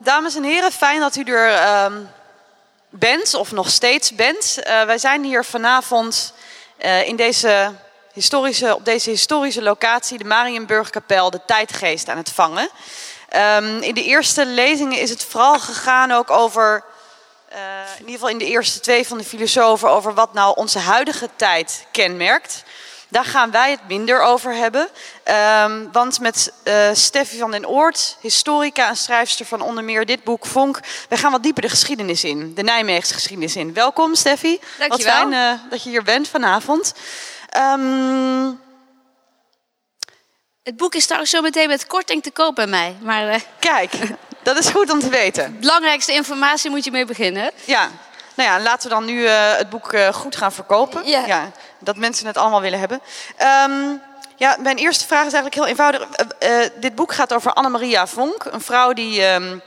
dames en heren, fijn dat u er bent of nog steeds bent. Wij zijn hier vanavond op deze historische locatie, de Mariënburgkapel, de tijdgeest aan het vangen. In de eerste lezingen is het vooral gegaan ook over, in ieder geval in de eerste twee van de filosofen, over wat nou onze huidige tijd kenmerkt. Daar gaan wij het minder over hebben. Want met Steffi van den Oort, historica en schrijfster van onder meer dit boek Vonk, wij gaan wat dieper de geschiedenis in, de Nijmeegse geschiedenis in. Welkom Steffi. Dankjewel. Wat fijn dat je hier bent vanavond. Het boek is trouwens zo meteen met korting te koop bij mij. Maar, Kijk, dat is goed om te weten. Belangrijkste informatie moet je mee beginnen. Ja. Nou ja, laten we dan nu het boek goed gaan verkopen. Ja. Ja, dat mensen het allemaal willen hebben. Ja, mijn eerste vraag is eigenlijk heel eenvoudig. Dit boek gaat over Annemaria Vonk. Een vrouw die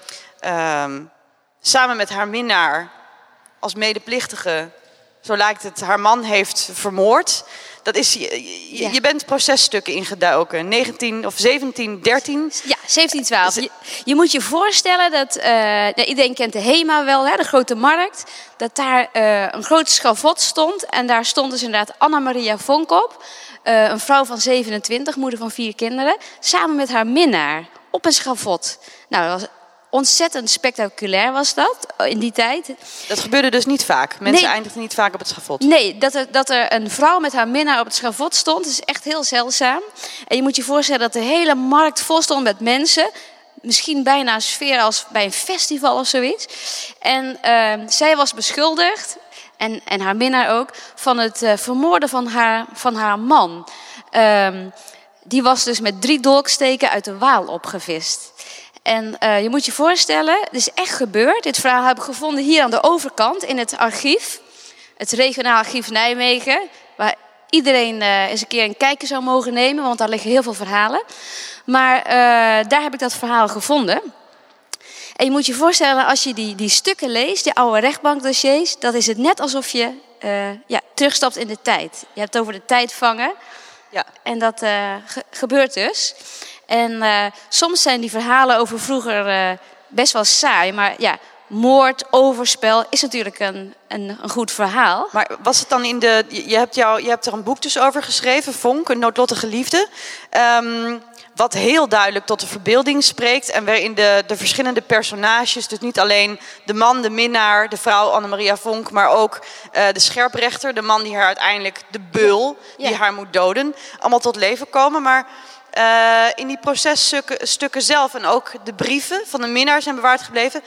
samen met haar minnaar als medeplichtige, zo lijkt het, haar man heeft vermoord. Dat is, je bent processtukken ingedoken. 1713. Ja, 1712. Je moet je voorstellen dat, iedereen kent de HEMA wel, hè, de grote markt. Dat daar een groot schavot stond. En daar stond dus inderdaad Annemaria Vonk op. Een vrouw van 27, moeder van 4 kinderen. Samen met haar minnaar op een schavot. Nou, dat was ontzettend spectaculair was dat in die tijd. Dat gebeurde dus niet vaak. Mensen eindigden niet vaak op het schavot. Nee, dat er een vrouw met haar minnaar op het schavot stond, is echt heel zeldzaam. En je moet je voorstellen dat de hele markt vol stond met mensen. Misschien bijna een sfeer als bij een festival of zoiets. En zij was beschuldigd, en haar minnaar ook, van het vermoorden van haar man. Die was dus met 3 dolksteken uit de Waal opgevist. En je moet je voorstellen, het is echt gebeurd. Dit verhaal heb ik gevonden hier aan de overkant in het archief. Het regionaal archief Nijmegen. Waar iedereen eens een keer een kijkje zou mogen nemen. Want daar liggen heel veel verhalen. Maar daar heb ik dat verhaal gevonden. En je moet je voorstellen, als je die stukken leest, die oude rechtbankdossiers. Dat is het net alsof je terugstapt in de tijd. Je hebt het over de tijd vangen. Ja. En dat gebeurt dus. En soms zijn die verhalen over vroeger best wel saai. Maar ja, moord, overspel is natuurlijk een goed verhaal. Maar was het dan je hebt er een boek dus over geschreven, Vonk, een noodlottige liefde. Wat heel duidelijk tot de verbeelding spreekt. En waarin de verschillende personages, dus niet alleen de man, de minnaar, de vrouw Annemaria Vonk, maar ook de scherprechter, de man die haar uiteindelijk, de beul, die haar moet doden, allemaal tot leven komen. Maar in die processtukken zelf en ook de brieven van de minnaar zijn bewaard gebleven.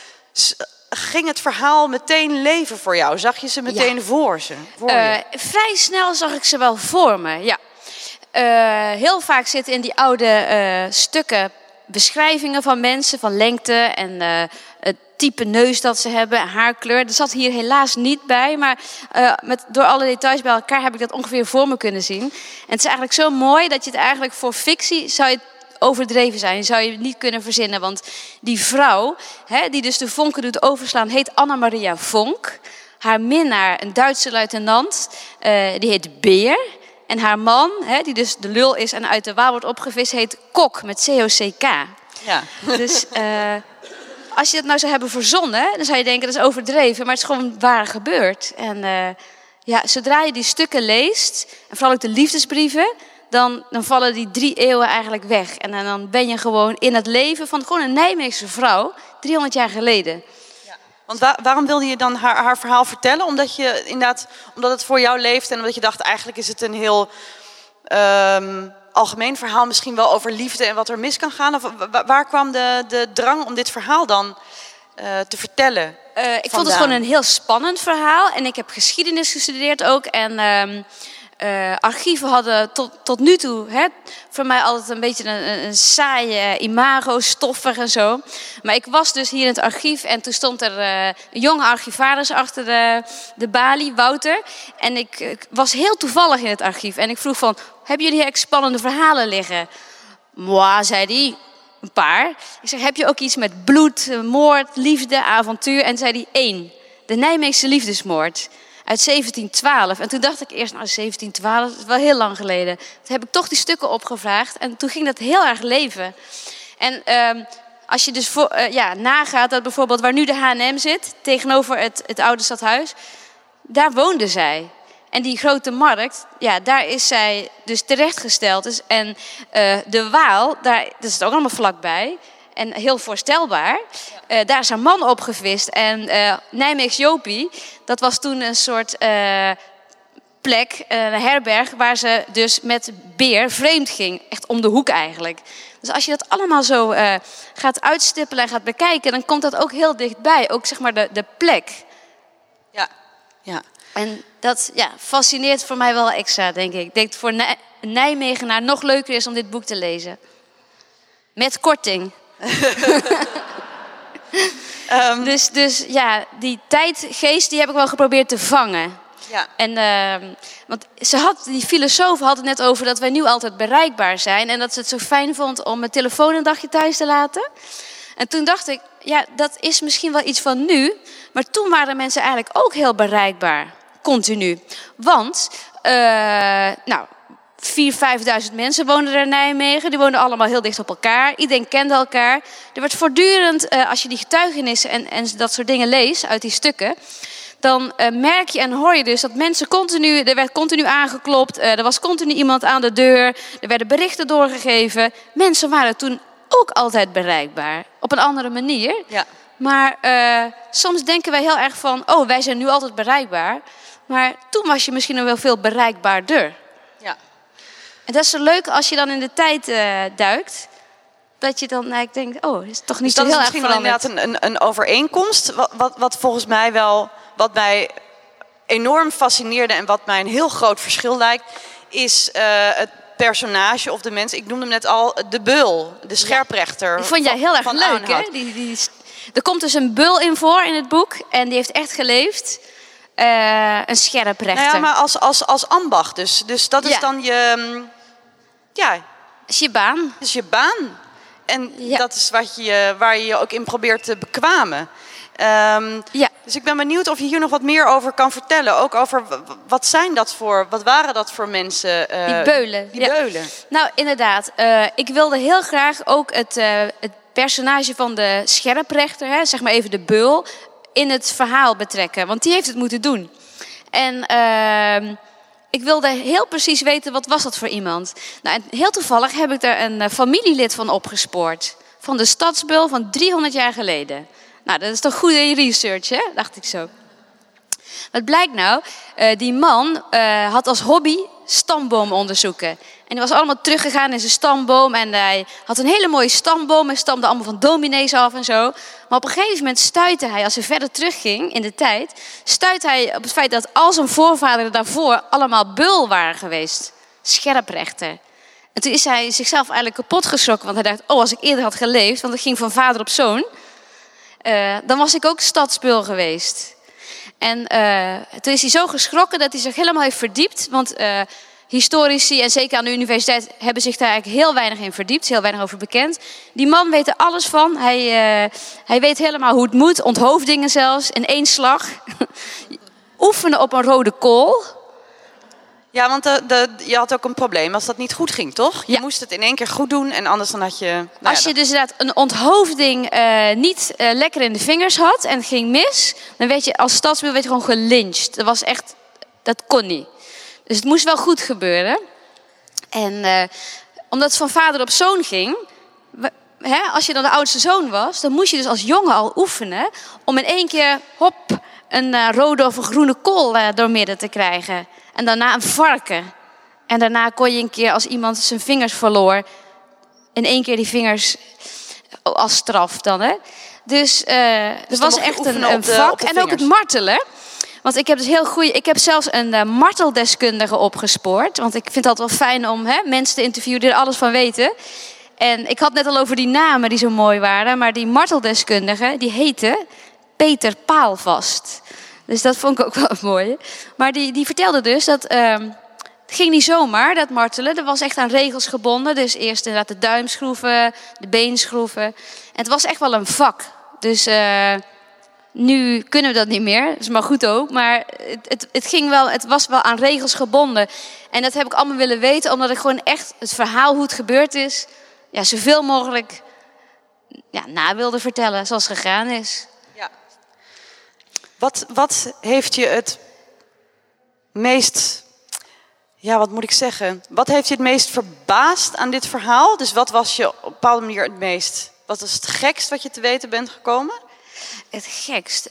Ging het verhaal meteen leven voor jou? Zag je ze meteen voor je? Vrij snel zag ik ze wel voor me, ja. Heel vaak zitten in die oude stukken beschrijvingen van mensen, van lengte en het type neus dat ze hebben, haarkleur. Dat zat hier helaas niet bij, maar door alle details bij elkaar heb ik dat ongeveer voor me kunnen zien. En het is eigenlijk zo mooi dat je het eigenlijk voor fictie zou je overdreven zijn. Zou je het niet kunnen verzinnen, want die vrouw, die dus de vonken doet overslaan, heet Annemaria Vonk. Haar minnaar, een Duitse luitenant, die heet Beer. En haar man, die dus de lul is en uit de Waal wordt opgevist, heet Kok, met C-O-C-K. Ja. Dus als je dat nou zou hebben verzonnen, dan zou je denken dat is overdreven. Maar het is gewoon waar gebeurd. En zodra je die stukken leest, en vooral ook de liefdesbrieven, dan vallen die 3 eeuwen eigenlijk weg. En dan ben je gewoon in het leven van gewoon een Nijmeegse vrouw, 300 jaar geleden. Want waarom wilde je dan haar verhaal vertellen? Omdat het voor jou leeft en omdat je dacht, eigenlijk is het een heel algemeen verhaal, misschien wel over liefde en wat er mis kan gaan? Of waar kwam de drang om dit verhaal dan te vertellen? Ik vond het gewoon een heel spannend verhaal. En ik heb geschiedenis gestudeerd ook. En archieven hadden tot nu toe voor mij altijd een beetje een saaie imago, stoffig en zo. Maar ik was dus hier in het archief en toen stond er een jonge archivaris achter de balie, Wouter. En ik was heel toevallig in het archief. En ik vroeg van, hebben jullie hier spannende verhalen liggen? Moi, zei hij, een paar. Ik zeg, heb je ook iets met bloed, moord, liefde, avontuur? En zei hij, 1, de Nijmeegse liefdesmoord. Uit 1712. En toen dacht ik eerst, 1712, dat is wel heel lang geleden. Toen heb ik toch die stukken opgevraagd. En toen ging dat heel erg leven. En als je dus nagaat dat bijvoorbeeld waar nu de H&M zit, tegenover het oude stadhuis, daar woonde zij. En die grote markt, daar is zij dus terechtgesteld. Dus, en de Waal, dat is ook allemaal vlakbij. En heel voorstelbaar. Daar is haar man opgevist. En Nijmeegs Jopie, dat was toen een soort plek, een herberg, waar ze dus met Beer vreemd ging. Echt om de hoek eigenlijk. Dus als je dat allemaal zo gaat uitstippelen en gaat bekijken, dan komt dat ook heel dichtbij. Ook zeg maar de plek. Ja. En dat fascineert voor mij wel extra, denk ik. Ik denk dat voor een Nijmegenaar nog leuker is om dit boek te lezen. Met korting. Dus die tijdgeest die heb ik wel geprobeerd te vangen. Ja. En, want die filosoof had het net over dat wij nu altijd bereikbaar zijn. En dat ze het zo fijn vond om mijn telefoon een dagje thuis te laten. En toen dacht ik, dat is misschien wel iets van nu. Maar toen waren mensen eigenlijk ook heel bereikbaar. Continu. Want, 4.000-5.000 mensen woonden er in Nijmegen. Die woonden allemaal heel dicht op elkaar. Iedereen kende elkaar. Er werd voortdurend, als je die getuigenissen en dat soort dingen leest uit die stukken, dan merk je en hoor je dus dat mensen er werd continu aangeklopt. Er was continu iemand aan de deur. Er werden berichten doorgegeven. Mensen waren toen ook altijd bereikbaar. Op een andere manier. Ja. Maar soms denken wij heel erg van, wij zijn nu altijd bereikbaar. Maar toen was je misschien nog wel veel bereikbaarder. Ja. En dat is zo leuk als je dan in de tijd duikt. Dat je dan eigenlijk denkt, is toch niet dus zo heel erg veranderd. Dat is misschien inderdaad een overeenkomst. Wat volgens mij wel, wat mij enorm fascineerde en wat mij een heel groot verschil lijkt, is het personage of de mens. Ik noemde hem net al, de beul, de scherprechter. Die vond jij heel erg leuk, hè? Er komt dus een beul in voor in het boek en die heeft echt geleefd. Een scherprechter. Nou ja, maar als ambacht dus. Dus dat is dan je... Dat is je baan. Dat is je baan. En dat is waar je je ook in probeert te bekwamen. Dus ik ben benieuwd of je hier nog wat meer over kan vertellen. Ook over wat waren dat voor mensen? Die beulen. Die beulen. Nou, inderdaad. Ik wilde heel graag ook het personage van de scherprechter, zeg maar even de beul, in het verhaal betrekken. Want die heeft het moeten doen. En ik wilde heel precies weten, wat was dat voor iemand? Nou, en heel toevallig heb ik daar een familielid van opgespoord. Van de stadsbeul van 300 jaar geleden. Nou, dat is toch goede research, hè? Dacht ik zo. Wat blijkt nou? Die man had als hobby stambomen onderzoeken. En hij was allemaal teruggegaan in zijn stamboom. En hij had een hele mooie stamboom. Hij stamde allemaal van dominees af en zo. Maar op een gegeven moment stuitte hij, als hij verder terugging in de tijd, stuitte hij op het feit dat al zijn voorvaderen daarvoor allemaal beul waren geweest. Scherprechter. En toen is hij zichzelf eigenlijk kapot geschrokken. Want hij dacht, als ik eerder had geleefd, want ik ging van vader op zoon, dan was ik ook stadsbeul geweest. En toen is hij zo geschrokken dat hij zich helemaal heeft verdiept. Want historici en zeker aan de universiteit hebben zich daar eigenlijk heel weinig in verdiept. Heel weinig over bekend. Die man weet er alles van. Hij weet helemaal hoe het moet. Onthoofdingen zelfs in 1 slag. Oefenen op een rode kool. Ja, want je had ook een probleem als dat niet goed ging, toch? Je moest het in 1 keer goed doen en anders dan had je... Als je dus inderdaad een onthoofding niet lekker in de vingers had en het ging mis, dan werd je als stadsbeul gewoon gelyncht. Dat kon niet. Dus het moest wel goed gebeuren. En omdat het van vader op zoon ging, als je dan de oudste zoon was, dan moest je dus als jongen al oefenen om in 1 keer, een rode of een groene kool doormidden te krijgen. En daarna een varken. En daarna kon je een keer, als iemand zijn vingers verloor, in 1 keer die vingers als straf dan. Hè? Dus het was echt een vak. En ook het martelen. Want ik heb dus ik heb zelfs een marteldeskundige opgespoord. Want ik vind het altijd wel fijn om mensen te interviewen die er alles van weten. En ik had net al over die namen die zo mooi waren. Maar die marteldeskundige, die heette Peter Paalvast. Dus dat vond ik ook wel mooi. Maar die vertelde dus dat het ging niet zomaar, dat martelen. Dat was echt aan regels gebonden. Dus eerst inderdaad de duimschroeven, de beenschroeven. En het was echt wel een vak. Dus nu kunnen we dat niet meer. Dat is maar goed ook. Maar het was wel aan regels gebonden. En dat heb ik allemaal willen weten. Omdat ik gewoon echt het verhaal hoe het gebeurd is, zoveel mogelijk na wilde vertellen zoals het gegaan is. Ja. Wat heeft je het meest, wat moet ik zeggen? Wat heeft je het meest verbaasd aan dit verhaal? Dus wat was je op een bepaalde manier het meest? Wat was het gekst wat je te weten bent gekomen? Het gekst?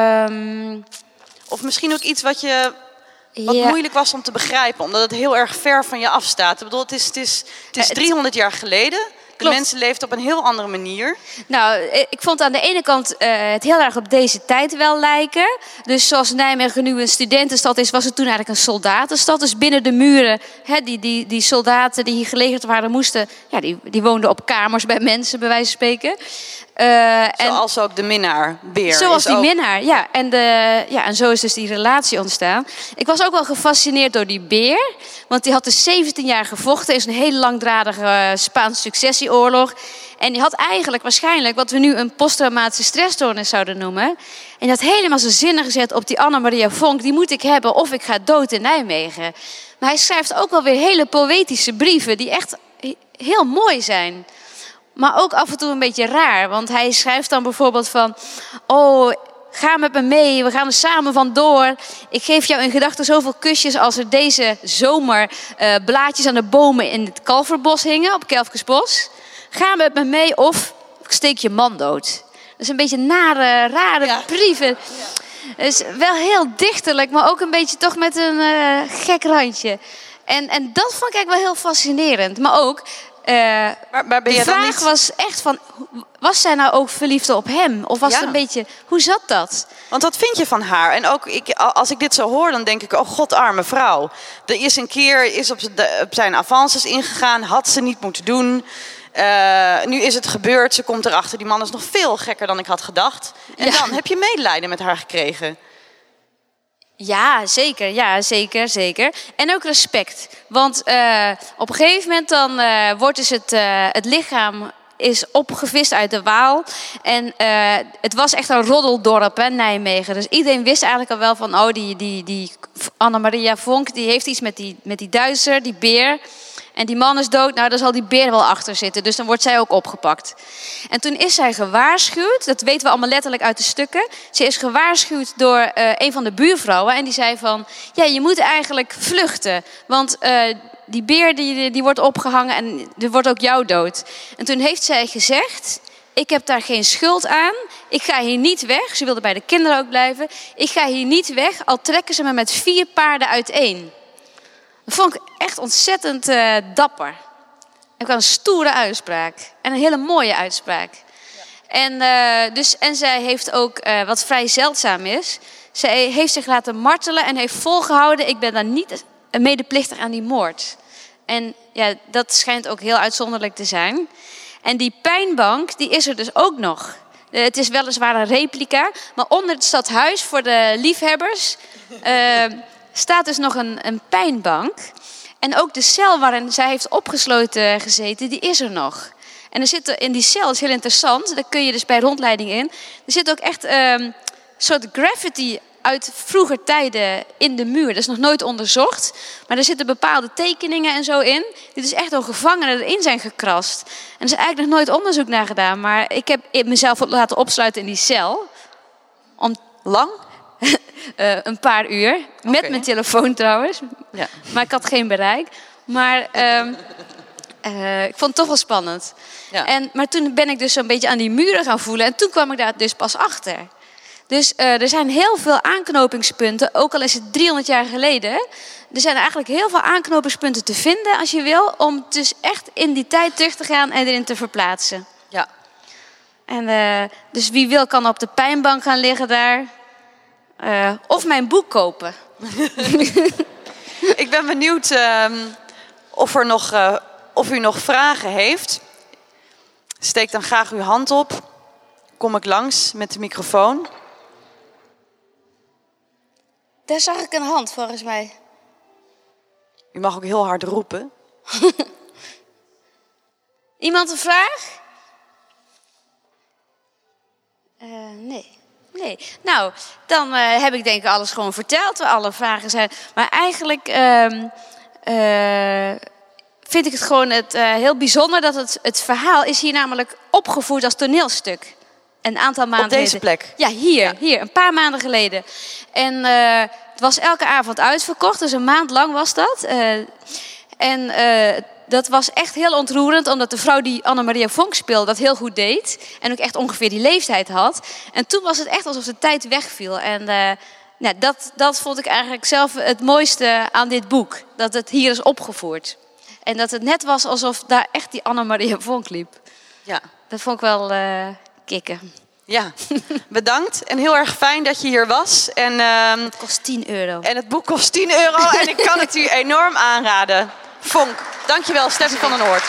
Of misschien ook iets wat moeilijk was om te begrijpen, omdat het heel erg ver van je afstaat. Ik bedoel, het is 300 jaar geleden. De mensen leefden op een heel andere manier. Nou, ik vond aan de ene kant het heel erg op deze tijd wel lijken. Dus zoals Nijmegen nu een studentenstad is, was het toen eigenlijk een soldatenstad. Dus binnen de muren, die soldaten die hier gelegerd waren moesten, die woonden op kamers bij mensen, bij wijze van spreken. Zoals ook de minnaar, beer. Zoals die minnaar, ja. En zo is dus die relatie ontstaan. Ik was ook wel gefascineerd door die beer. Want die had dus 17 jaar gevochten in zo'n hele langdradige Spaanse successieoorlog. En die had eigenlijk waarschijnlijk wat we nu een posttraumatische stressstoornis zouden noemen. En die had helemaal zijn zinnen gezet op die Anna-Maria Vonk. Die moet ik hebben of ik ga dood in Nijmegen. Maar hij schrijft ook wel weer hele poëtische brieven die echt heel mooi zijn. Maar ook af en toe een beetje raar. Want hij schrijft dan bijvoorbeeld van: oh, ga met me mee, we gaan er samen vandoor. Ik geef jou in gedachten zoveel kusjes als er deze zomer blaadjes aan de bomen in het Kalverbos hingen, op Kelfkesbos. Ga met me mee of ik steek je man dood. Dat is een beetje nare, rare brieven. Ja. Dus wel heel dichterlijk, maar ook een beetje toch met een gek randje. En dat vond ik eigenlijk wel heel fascinerend. Maar ook, maar ben de je vraag dan niet... was echt van, was zij nou ook verliefd op hem? Of was het een beetje, hoe zat dat? Want wat vind je van haar? En ook als ik dit zo hoor, dan denk ik, oh god, arme vrouw. Er is een keer op zijn avances ingegaan, had ze niet moeten doen. Nu is het gebeurd, ze komt erachter. Die man is nog veel gekker dan ik had gedacht. En dan heb je medelijden met haar gekregen. Ja, zeker. Ja, zeker, zeker. En ook respect. Want op een gegeven moment dan wordt dus het lichaam is opgevist uit de Waal. En het was echt een roddeldorp, hè, Nijmegen. Dus iedereen wist eigenlijk al wel van, oh, die Anna-Maria Vonk, die heeft iets met die Duitser, die beer. En die man is dood, nou, daar zal die beer wel achter zitten. Dus dan wordt zij ook opgepakt. En toen is zij gewaarschuwd, dat weten we allemaal letterlijk uit de stukken. Ze is gewaarschuwd door een van de buurvrouwen. En die zei van, ja, je moet eigenlijk vluchten. Want die beer die wordt opgehangen en er wordt ook jou dood. En toen heeft zij gezegd, ik heb daar geen schuld aan. Ik ga hier niet weg. Ze wilde bij de kinderen ook blijven. Ik ga hier niet weg, al trekken ze me met 4 paarden uiteen. Dat vond ik echt ontzettend dapper. Ik had een stoere uitspraak. En een hele mooie uitspraak. Ja. En zij heeft ook, wat vrij zeldzaam is, zij heeft zich laten martelen en heeft volgehouden, ik ben dan niet medeplichtig aan die moord. En ja, dat schijnt ook heel uitzonderlijk te zijn. En die pijnbank, die is er dus ook nog. Het is weliswaar een replica, maar onder het stadhuis voor de liefhebbers staat dus nog een pijnbank. En ook de cel waarin zij heeft opgesloten gezeten, die is er nog. En er zit in die cel, dat is heel interessant, daar kun je dus bij rondleiding in. Er zit ook echt een soort graffiti uit vroeger tijden in de muur. Dat is nog nooit onderzocht. Maar er zitten bepaalde tekeningen en zo in. Die dus echt door gevangenen erin zijn gekrast. En er is eigenlijk nog nooit onderzoek naar gedaan. Maar ik heb mezelf laten opsluiten in die cel. Lang? Een paar uur. Met mijn telefoon trouwens. Ja. Maar ik had geen bereik. Maar ik vond het toch wel spannend. Ja. Maar toen ben ik dus zo'n beetje aan die muren gaan voelen. En toen kwam ik daar dus pas achter. Dus er zijn heel veel aanknopingspunten. Ook al is het 300 jaar geleden. Er zijn eigenlijk heel veel aanknopingspunten te vinden als je wil. Om dus echt in die tijd terug te gaan en erin te verplaatsen. Ja. En dus wie wil kan op de pijnbank gaan liggen daar. Of mijn boek kopen. Ik ben benieuwd of u nog vragen heeft. Steek dan graag uw hand op. Kom ik langs met de microfoon. Daar zag ik een hand volgens mij. U mag ook heel hard roepen. Iemand een vraag? Nee. Nee, nou, dan heb ik denk ik alles gewoon verteld, waar alle vragen zijn. Maar eigenlijk vind ik het gewoon heel bijzonder dat het verhaal is hier namelijk opgevoerd als toneelstuk. Een aantal maanden Op deze geleden. plek? Ja, hier, een paar maanden geleden. En het was elke avond uitverkocht, dus een maand lang was dat. Dat was echt heel ontroerend, omdat de vrouw die Annemaria Vonk speelde dat heel goed deed. En ook echt ongeveer die leeftijd had. En toen was het echt alsof de tijd wegviel. En dat vond ik eigenlijk zelf het mooiste aan dit boek. Dat het hier is opgevoerd. En dat het net was alsof daar echt die Annemaria Vonk liep. Ja. Dat vond ik wel kicken. Ja, bedankt. En heel erg fijn dat je hier was. En, Het kost €10. En het boek kost €10 en ik kan het u enorm aanraden. Vonk, dankjewel Steffi van den Oort.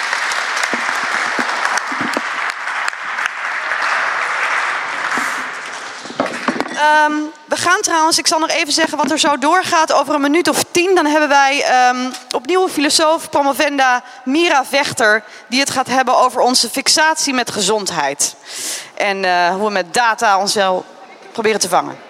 We gaan trouwens, ik zal nog even zeggen wat er zo doorgaat. Over een minuut of 10 dan hebben wij opnieuw een filosoof, promovenda Mira Vechter, die het gaat hebben over onze fixatie met gezondheid. En hoe we met data ons wel proberen te vangen.